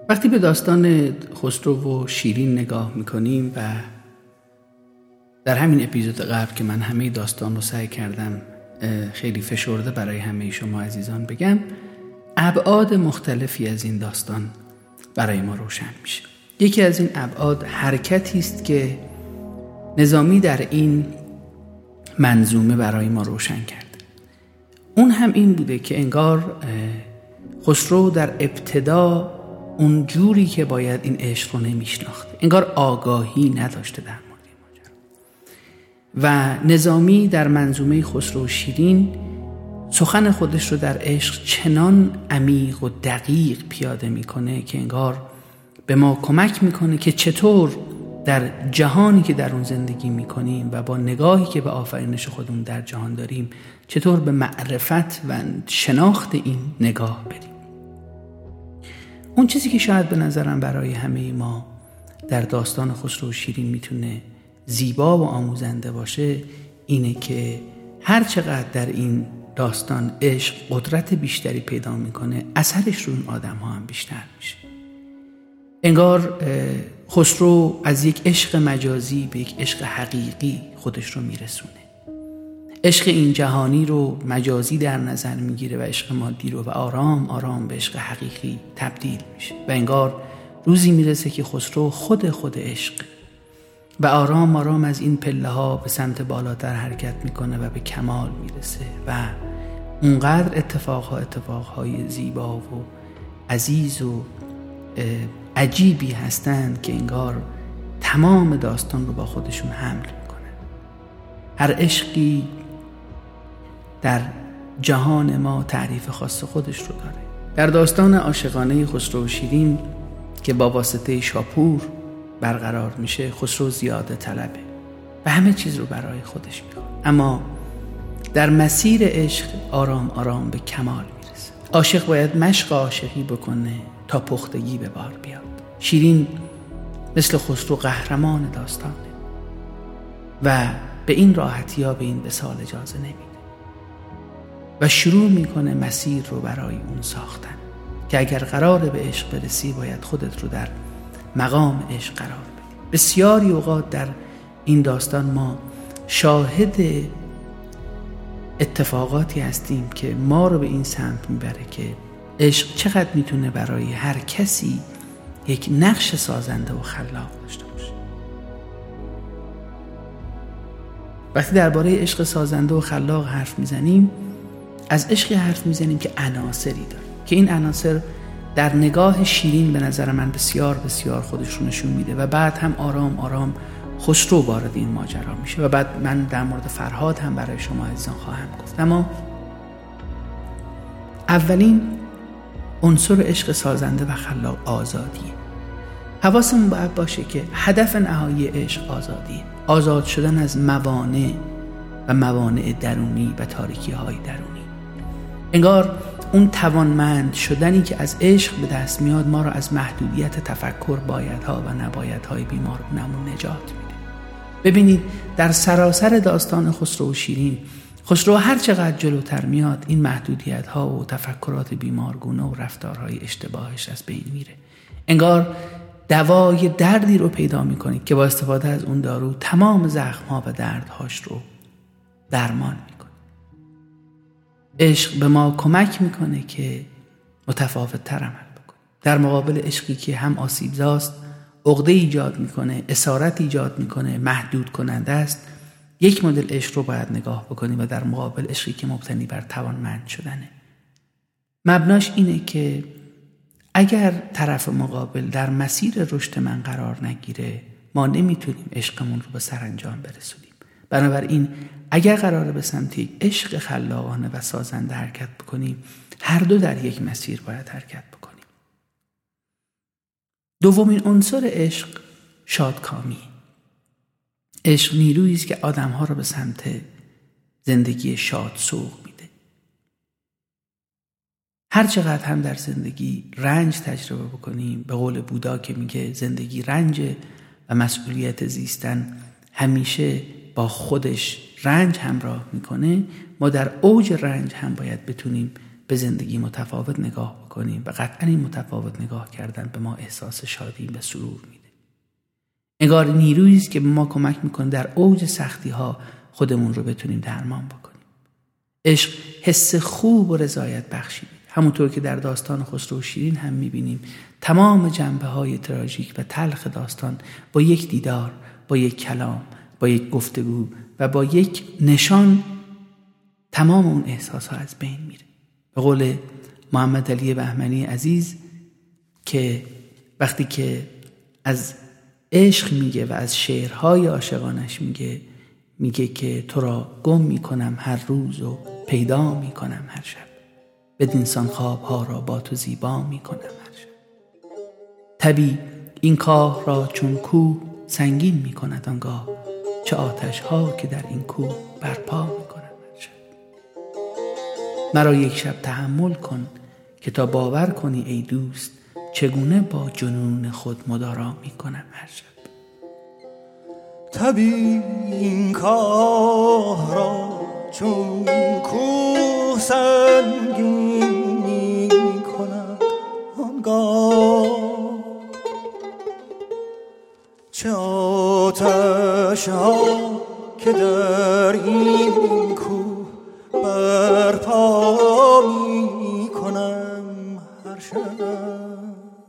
وقتی به داستان خسرو و شیرین نگاه میکنیم و در همین اپیزود قبل که من همه داستان رو سعی کردم خیلی فشرده برای همه شما عزیزان بگم، ابعاد مختلفی از این داستان برای ما روشن میشه. یکی از این ابعاد حرکتی است که نظامی در این منظومه برای ما روشن کرد. اون هم این بوده که انگار خسرو در ابتدا اون جوری که باید این عشق رو نمیشناخت، انگار آگاهی نداشته در مورد ماجرا. و نظامی در منظومه خسرو و شیرین سخن خودش رو در عشق چنان عمیق و دقیق پیاده میکنه که انگار به ما کمک میکنه که چطور در جهانی که در اون زندگی میکنیم و با نگاهی که به آفرینش خودمون در جهان داریم چطور به معرفت و شناخت این نگاه بریم. اون چیزی که شاید به نظرم برای همه ما در داستان خسرو و شیرین میتونه زیبا و آموزنده باشه اینه که هر چقدر در این داستان عشق قدرت بیشتری پیدا میکنه، اثرش رو اون آدم ها هم بیشتر میشه. انگار خسرو از یک عشق مجازی به یک عشق حقیقی خودش رو میرسونه. عشق این جهانی رو مجازی در نظر میگیره و عشق مادی رو و آرام آرام به عشق حقیقی تبدیل میشه و انگار روزی میرسه که خسرو خود عشق و آرام آرام از این پله ها به سمت بالاتر حرکت میکنه و به کمال میرسه و اونقدر اتفاقهای زیبا و عزیز و عجیبی هستند که انگار تمام داستان رو با خودشون حمل میکنن. هر عشقی در جهان ما تعریف خاص خودش رو داره. در داستان عاشقانه خسرو و شیرین که با واسطه شاپور برقرار میشه، خسرو زیاده طلبه و همه چیز رو برای خودش میخواد، اما در مسیر عشق آرام آرام به کمال میرسه. عاشق باید مشق عاشقی بکنه تا پختگی به بار بیاد. شیرین مثل خسرو قهرمان داستانه و به این راحتی ها به این وصال اجازه نمیده و شروع میکنه مسیر رو برای اون ساختن که اگر قراره به عشق برسی باید خودت رو در مقام عشق قرار بدی. بسیاری اوقات در این داستان ما شاهد اتفاقاتی هستیم که ما رو به این سمت میبره که عشق چقدر میتونه برای هر کسی یک نقش سازنده و خلاق داشته باشه. وقتی درباره عشق سازنده و خلاق حرف میزنیم، از عشقی حرف میزنیم که عناصری داره که این عناصر در نگاه شیرین به نظر من بسیار بسیار خودش رو نشون میده و بعد هم آرام آرام خسرو وارد این ماجرا میشه و بعد من در مورد فرهاد هم برای شما عزیزان خواهم گفت. اما اولین عنصر عشق سازنده و خلاق آزادیه. حواسمون باید باشه که هدف نهایی عشق آزادیه، آزاد شدن از موانع و موانع درونی و تاریکی های درونی. انگار اون توانمند شدنی که از عشق به دست میاد ما رو از محدودیت تفکر بایدها و نبایدهای بیمارگونه‌مون نجات میده. ببینید در سراسر داستان خسرو و شیرین، خسرو هر چقدر جلوتر میاد این محدودیت ها و تفکرات بیمارگونه و رفتارهای اشتباهش از بین میره. انگار دوای دردی رو پیدا میکنید که با استفاده از اون دارو تمام زخم ها و دردهاش رو درمان میکنه. عشق به ما کمک میکنه که متفاوت تر عمل بکنیم. در مقابل عشقی که هم آسیبزاست، عقده ایجاد میکنه، اسارت ایجاد میکنه، محدود کننده است، یک مدل عشق رو باید نگاه بکنیم و در مقابل عشقی که مبتنی بر توانمند شدنه. مبناش اینه که اگر طرف مقابل در مسیر رشد من قرار نگیره، ما نمیتونیم عشقمون رو به سرانجام برسونیم. بنابراین اگر قراره به سمت یک عشق خلاقانه و سازنده حرکت بکنیم، هر دو در یک مسیر باید حرکت بکنیم. دومین عنصر عشق شادکامیه. عشق نیرویی است که آدم‌ها رو به سمت زندگی شاد سوق میده. هر چقدر هم در زندگی رنج تجربه بکنیم، به قول بودا که میگه زندگی رنج و مسئولیت زیستن همیشه با خودش رنج همراه میکنه، ما در اوج رنج هم باید بتونیم به زندگی متفاوت نگاه بکنیم و قطعا این متفاوت نگاه کردن به ما احساس شادی و سرور میده. انگار نیرویی است که به ما کمک میکنه در اوج سختی ها خودمون رو بتونیم درمان بکنیم. عشق حس خوب و رضایت بخشی میده. همونطور که در داستان خسرو و شیرین هم میبینیم تمام جنبه های تراژیک و تلخ داستان با یک دیدار، با یک کلام، با یک گفتگو و با یک نشان تمام اون احساس ها از بین میره. به قول محمد علی بهمنی عزیز که وقتی که از عشق میگه و از شعرهای عاشقانش میگه که تو را گم میکنم هر روز و پیدا میکنم هر شب، بدینسان خوابها را با تو زیبا میکنم هر شب. تبی این کاه را چون کوه سنگین میکند آنگاه، چه آتش ها که در این کوه برپا میکنم هر شب. مرا یک شب تحمل کن که تا باور کنی ای دوست، چگونه با جنون خود مدارا میکنم هر شب. تبی این کاه را چون کوه سنگین میکند آنگاه، چه آتش ها که در این کوه برپا میکنم هر شب،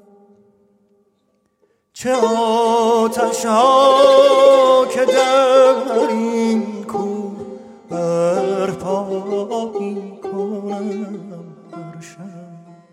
چه آتش ها که در این کوه برپا میکنم هر شب.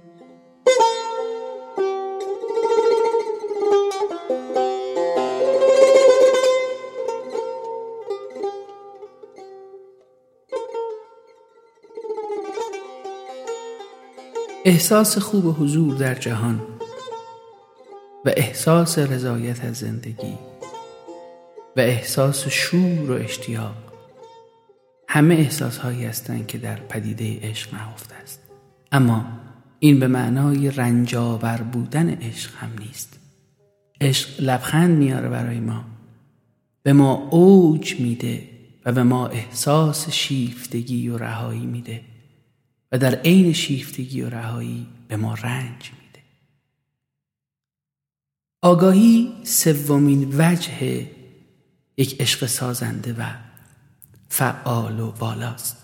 احساس خوب حضور در جهان و احساس رضایت از زندگی و احساس شور و اشتیاق همه احساسهایی هستند که در پدیده عشق نهفته است. اما این به معنای رنجاور بودن عشق هم نیست. عشق لبخند میاره برای ما، به ما اوج میده و به ما احساس شیفتگی و رهایی میده و در عین شیفتگی و رهایی به ما رنج میده. آگاهی سومین وجه یک عشق سازنده و فعال و والاست.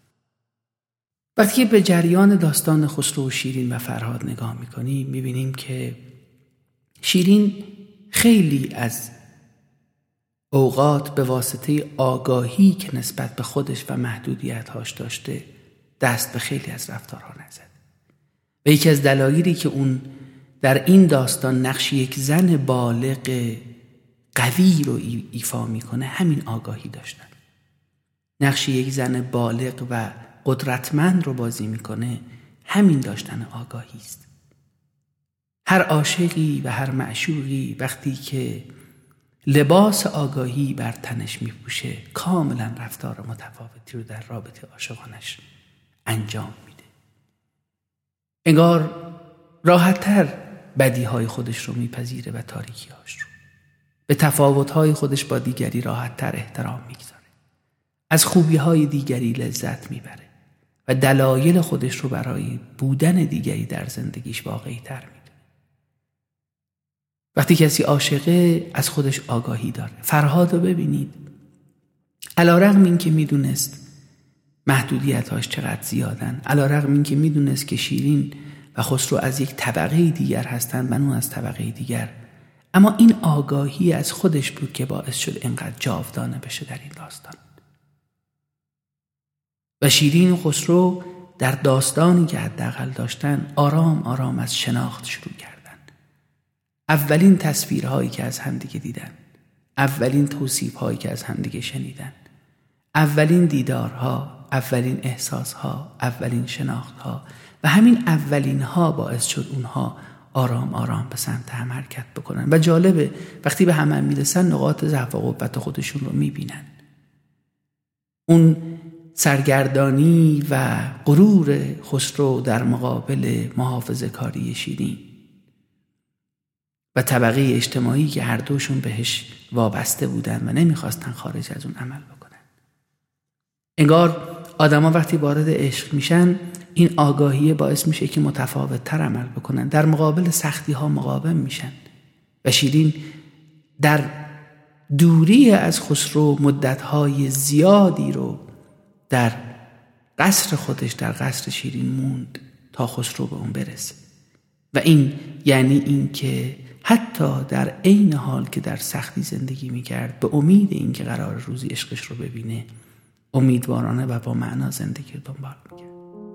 وقتی به جریان داستان خسرو و شیرین و فرهاد نگاه میکنیم میبینیم که شیرین خیلی از اوقات به واسطه آگاهی که نسبت به خودش و محدودیت‌هاش داشته دست به خیلی از رفتارها نزد و یکی از دلایلی که اون در این داستان نقش یک زن بالغ قوی رو ایفا میکنه همین آگاهی داشتن. نقش یک زن بالغ و قدرتمند رو بازی میکنه همین داشتن آگاهی است. هر عاشقی و هر معشوقی وقتی که لباس آگاهی بر تنش میپوشه کاملا رفتار متفاوتی رو در رابطه عاشقانش انجام میده. انگار راحت‌تر بدیهای خودش رو میپذیره و تاریکی‌هاش رو. به تفاوت‌های خودش با دیگری راحت‌تر احترام میگذاره. از خوبی‌های دیگری لذت میبره و دلایل خودش رو برای بودن دیگری در زندگیش واقعی‌تر میدونه. وقتی کسی عاشقه از خودش آگاهی داره. فرهاد رو ببینید. علی‌رغم این که میدونست محدودیت‌هاش چقدر زیادن، علی‌رغم این که میدونست که شیرین و خسرو از یک طبقه دیگر هستند و اون از طبقه دیگر، اما این آگاهی از خودش بود که باعث شد اینقدر جاودانه بشه در این داستان. و شیرین و خسرو در داستانی که حداقل داشتن آرام آرام از شناخت شروع کردن. اولین تصویرهایی که از همدیگه دیدن، اولین توصیف‌هایی که از همدیگه شنیدن، اولین دیدارها، اولین احساسها، اولین شناختها و همین اولین ها باعث شد اونها آرام آرام به سمت هم حرکت بکنن. و جالبه وقتی به هم میرسن نقاط ضعف و قوت خودشون رو میبینن. اون سرگردانی و غرور خسرو در مقابل محافظه‌کاری شیرین و طبقه اجتماعی که هر دوشون بهش وابسته بودن و نمیخواستن خارج از اون عمل بکنن. انگار آدما وقتی وارد عشق میشن این آگاهی باعث میشه که متفاوت تر عمل بکنن، در مقابل سختی ها مقاوم میشن. و شیرین در دوری از خسرو مدتهای زیادی رو در قصر خودش، در قصر شیرین موند تا خسرو به اون برسه. و این یعنی این که حتی در عین حال که در سختی زندگی میکرد، به امید این که قرار روزی عشقش رو ببینه، امیدوارانه و با معنا زندگی رو دنبال میکرد.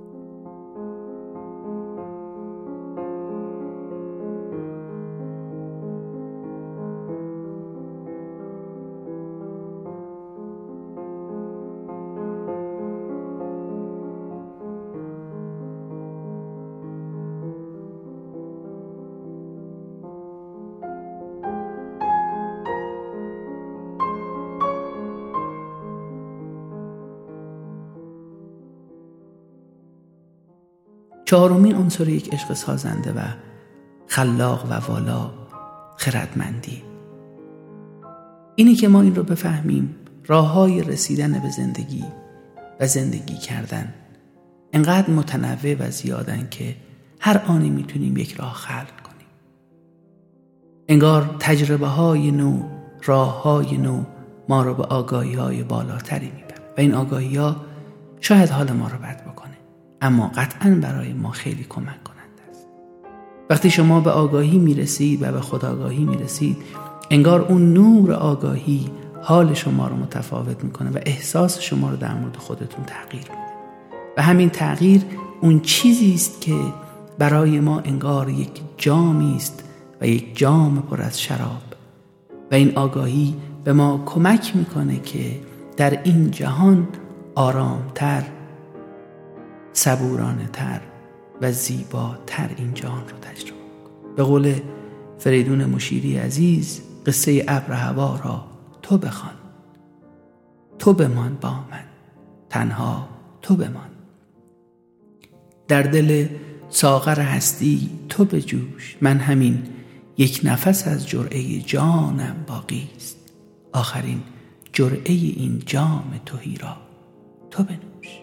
چهارمین عنصر یک عشق سازنده و خلاق و والا خردمندی. اینی که ما این رو بفهمیم راه‌های رسیدن به زندگی و زندگی کردن انقدر متنوع و زیادن که هر آنی میتونیم یک راه خلق کنیم. انگار تجربه‌های نو، راه‌های نو ما رو به آگاهی‌های بالاتری میبره و این آگاهی‌ها شاید حال ما رو بد بکنه، اما قطعاً برای ما خیلی کمک کننده است. وقتی شما به آگاهی میرسید و به خودآگاهی میرسید، انگار اون نور آگاهی حال شما رو متفاوت میکنه و احساس شما رو در مورد خودتون تغییر میده. و همین تغییر اون چیزی است که برای ما انگار یک جامی است و یک جام پر از شراب. و این آگاهی به ما کمک میکنه که در این جهان آرامتر، صبورانه تر و زیباتر این جهان رو تجربه کنیم. به قول فریدون مشیری عزیز، قصه ابر هوا را تو بخوان، تو بمان با من، تنها تو بمان. در دل ساغر هستی تو بجوش، من همین یک نفس از جرعه جانم باقی است، آخرین جرعه این جام تهی را تو بنوش.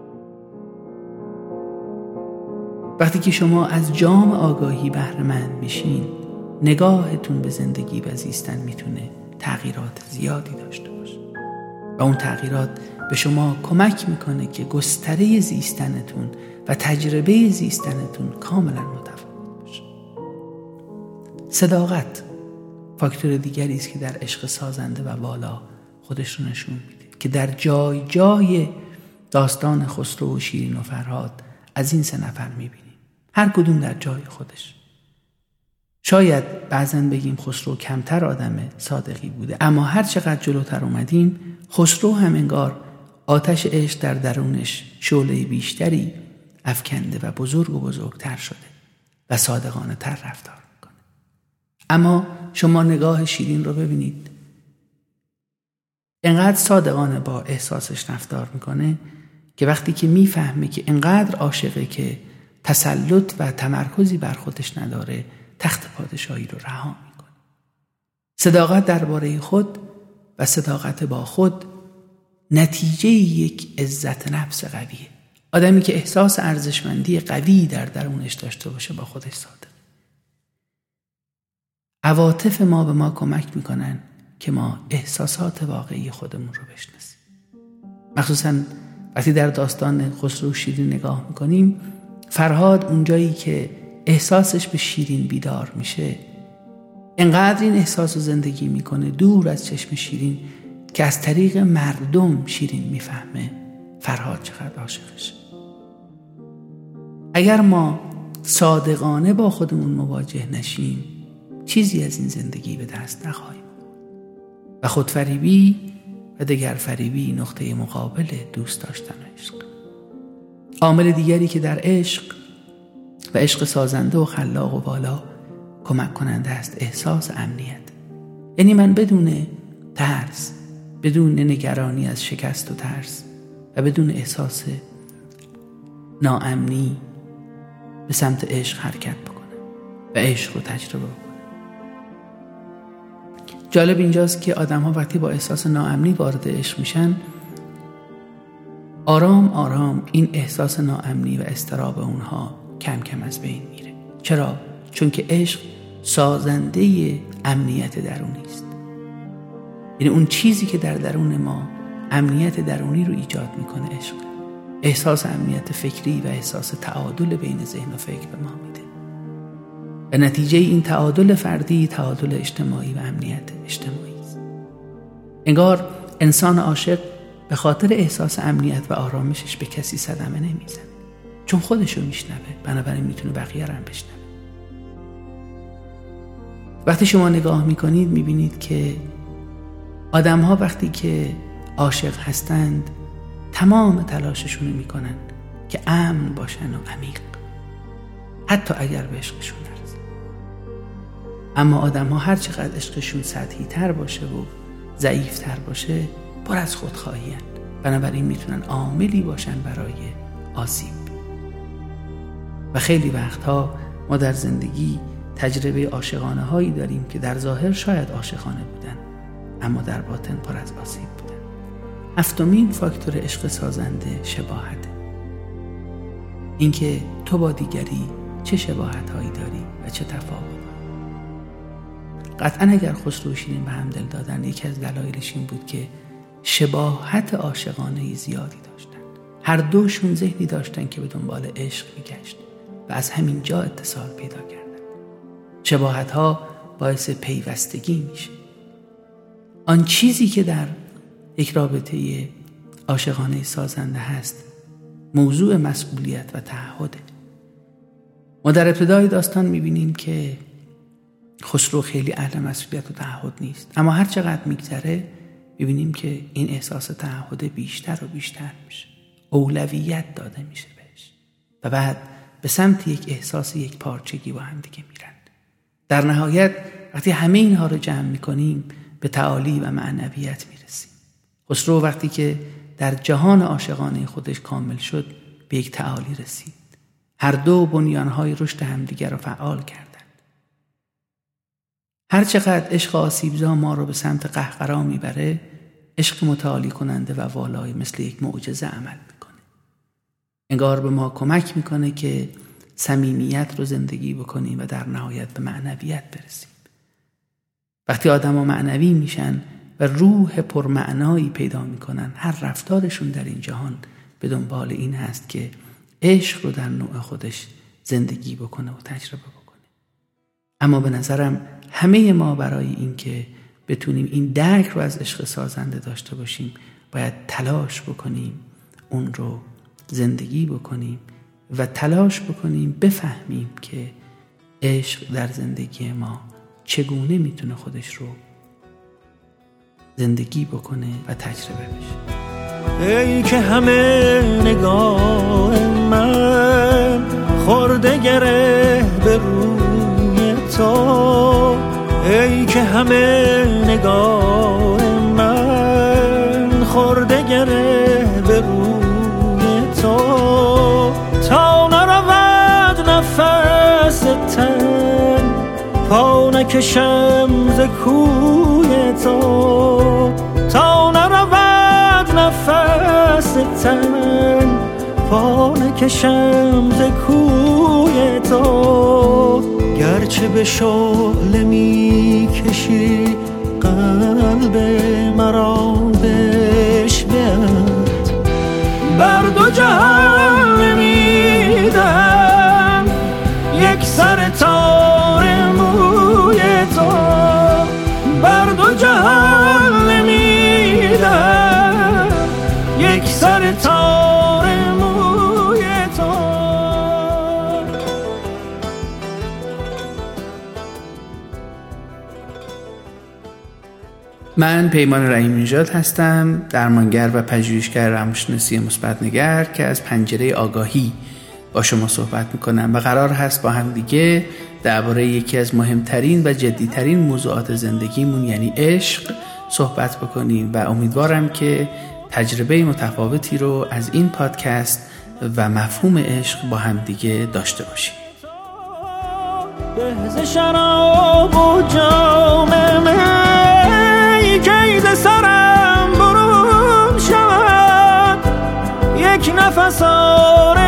وقتی که شما از جام آگاهی بهره مند میشین، نگاهتون به زندگی و زیستن میتونه تغییرات زیادی داشته باشه و اون تغییرات به شما کمک میکنه که گستره زیستنتون و تجربه زیستنتون کاملا متفاوت باشه. صداقت فاکتور دیگری است که در عشق سازنده و والا خودش رو نشون میده، که در جای جای داستان خسرو و شیرین و فرهاد از این سه نفر میبینیم، هر کدوم در جای خودش. شاید بعضا بگیم خسرو کمتر آدم صادقی بوده، اما هر چقدر جلوتر اومدیم خسرو هم انگار آتش عشق در درونش شعله بیشتری افکنده و بزرگتر شده و صادقانه تر رفتار میکنه. اما شما نگاه شیرین رو ببینید، انقدر صادقانه با احساسش رفتار میکنه که وقتی که میفهمه که انقدر عاشقه که تسلط و تمرکزی بر خودش نداره، تخت پادشاهی رو رها میکنه. صداقت درباره خود و صداقت با خود نتیجه یک عزت نفس قویه. آدمی که احساس ارزشمندی قوی در درونش داشته باشه با خودش صادق. عواطف ما به ما کمک میکنن که ما احساسات واقعی خودمون رو بشناسیم. مخصوصاً وقتی در داستان خسرو و شیرین نگاه میکنیم، فرهاد اونجایی که احساسش به شیرین بیدار میشه، انقدر این احساس رو زندگی میکنه دور از چشم شیرین که از طریق مردم شیرین میفهمه فرهاد چقدر عاشقشه. اگر ما صادقانه با خودمون مواجه نشیم، چیزی از این زندگی به دست نخواهیم و خودفریبی و دگرفریبی نقطه مقابل دوست داشتن و عشق. عامل دیگری که در عشق و عشق سازنده و خلاق و والا کمک کننده است احساس امنیت. یعنی من بدون ترس، بدون نگرانی از شکست و ترس و بدون احساس ناامنی به سمت عشق حرکت بکنم و عشق رو تجربه بکنم. جالب اینجاست که آدم ها وقتی با احساس ناامنی وارد عشق میشن، آرام آرام این احساس ناامنی و اضطراب اونها کم کم از بین میره. چرا؟ چون که عشق سازنده امنیت درونی است. یعنی اون چیزی که در درون ما امنیت درونی رو ایجاد میکنه عشق. احساس امنیت فکری و احساس تعادل بین ذهن و فکر به ما میده. و نتیجه این تعادل فردی تعادل اجتماعی و امنیت اجتماعی است. انگار انسان عاشق به خاطر احساس امنیت و آرامشش به کسی صدمه نمیزنه، چون خودشو میشنوه، بنابراین میتونه بقیه رو هم بشنوه. وقتی شما نگاه میکنید میبینید که آدم‌ها وقتی که عاشق هستند تمام تلاششون رو میکنن که امن باشن و عمیق، حتی اگر به عشقشون نرسن. اما آدم‌ها هر چقدر عشقشون سطحی تر باشه و ضعیف تر باشه پر از خودخواهی هستند، بنابراین میتونن عاملی باشن برای آسیب. و خیلی وقتها ما در زندگی تجربه عاشقانه هایی داریم که در ظاهر شاید عاشقانه بودن اما در باطن پر از آسیب بودن. هفتمین فاکتور عشق سازنده شباهته. اینکه تو با دیگری چه شباهت هایی داری و چه تفاوت. قطعا اگر خسرو و شیرین به هم دل دادن یکی از دلایلش این بود که شباهت عاشقانه زیادی داشتن. هر دوشون ذهنی داشتن که به دنبال عشق میگشت و از همین جا اتصال پیدا کردن. شباهت ها باعث پیوستگی میشه. آن چیزی که در یک رابطه عاشقانه سازنده هست موضوع مسئولیت و تعهده. ما در ابتدای داستان میبینیم که خسرو خیلی اهل مسئولیت و تعهد نیست، اما هر چقدر میگذره میبینیم که این احساس تعهد بیشتر و بیشتر میشه، اولویت داده میشه بهش و بعد به سمت یک احساس یک پارچگی با هم دیگه میرن. در نهایت وقتی همه اینها رو جمع میکنیم به تعالی و معنویت میرسیم. خسرو وقتی که در جهان عاشقانه خودش کامل شد به یک تعالی رسید. هر دو بنیانهای رشد همدیگر رو فعال کردند. هر چقدر عشق آسیبزا ما رو به سمت قهقرا میبره، عشق متعالی کننده و والای مثل یک معجزه عمل میکنه. انگار به ما کمک میکنه که صمیمیت رو زندگی بکنیم و در نهایت به معنویت برسیم. وقتی آدم‌ها معنوی میشن و روح پرمعنایی پیدا میکنن، هر رفتارشون در این جهان به دنبال این هست که عشق رو در نوع خودش زندگی بکنه و تجربه بکنه. اما به نظرم همه ما برای این که بتونیم این درک رو از عشق سازنده داشته باشیم باید تلاش بکنیم اون رو زندگی بکنیم و تلاش بکنیم بفهمیم که عشق در زندگی ما چگونه میتونه خودش رو زندگی بکنه و تجربه بشه. ای که همه نگاه من خورده گره به روی تو، ای که همه نگاه من خورده گره به روی تو، تا نرود نفس تن پا نکشم ز کوی تو، تا نرود نفس تن پا نکشم ز کوی تو، گرچه به شعله می کشی قلب مرا بشبیت، بر دو جهان نمیدم یک سر تار موی تو، بر دو جهان نمیدم یک سر تار موی تو. من پیمان رحیمی نژاد هستم، درمانگر و پژوهشگر روانشناسی مثبت‌نگر که از پنجره آگاهی با شما صحبت میکنم و قرار هست با هم دیگه درباره یکی از مهمترین و جدیترین موضوعات زندگیمون یعنی عشق صحبت بکنیم و امیدوارم که تجربه متفاوتی رو از این پادکست و مفهوم عشق با هم دیگه داشته باشیم. به شراب و جام می که سرم برون شود، یک نفس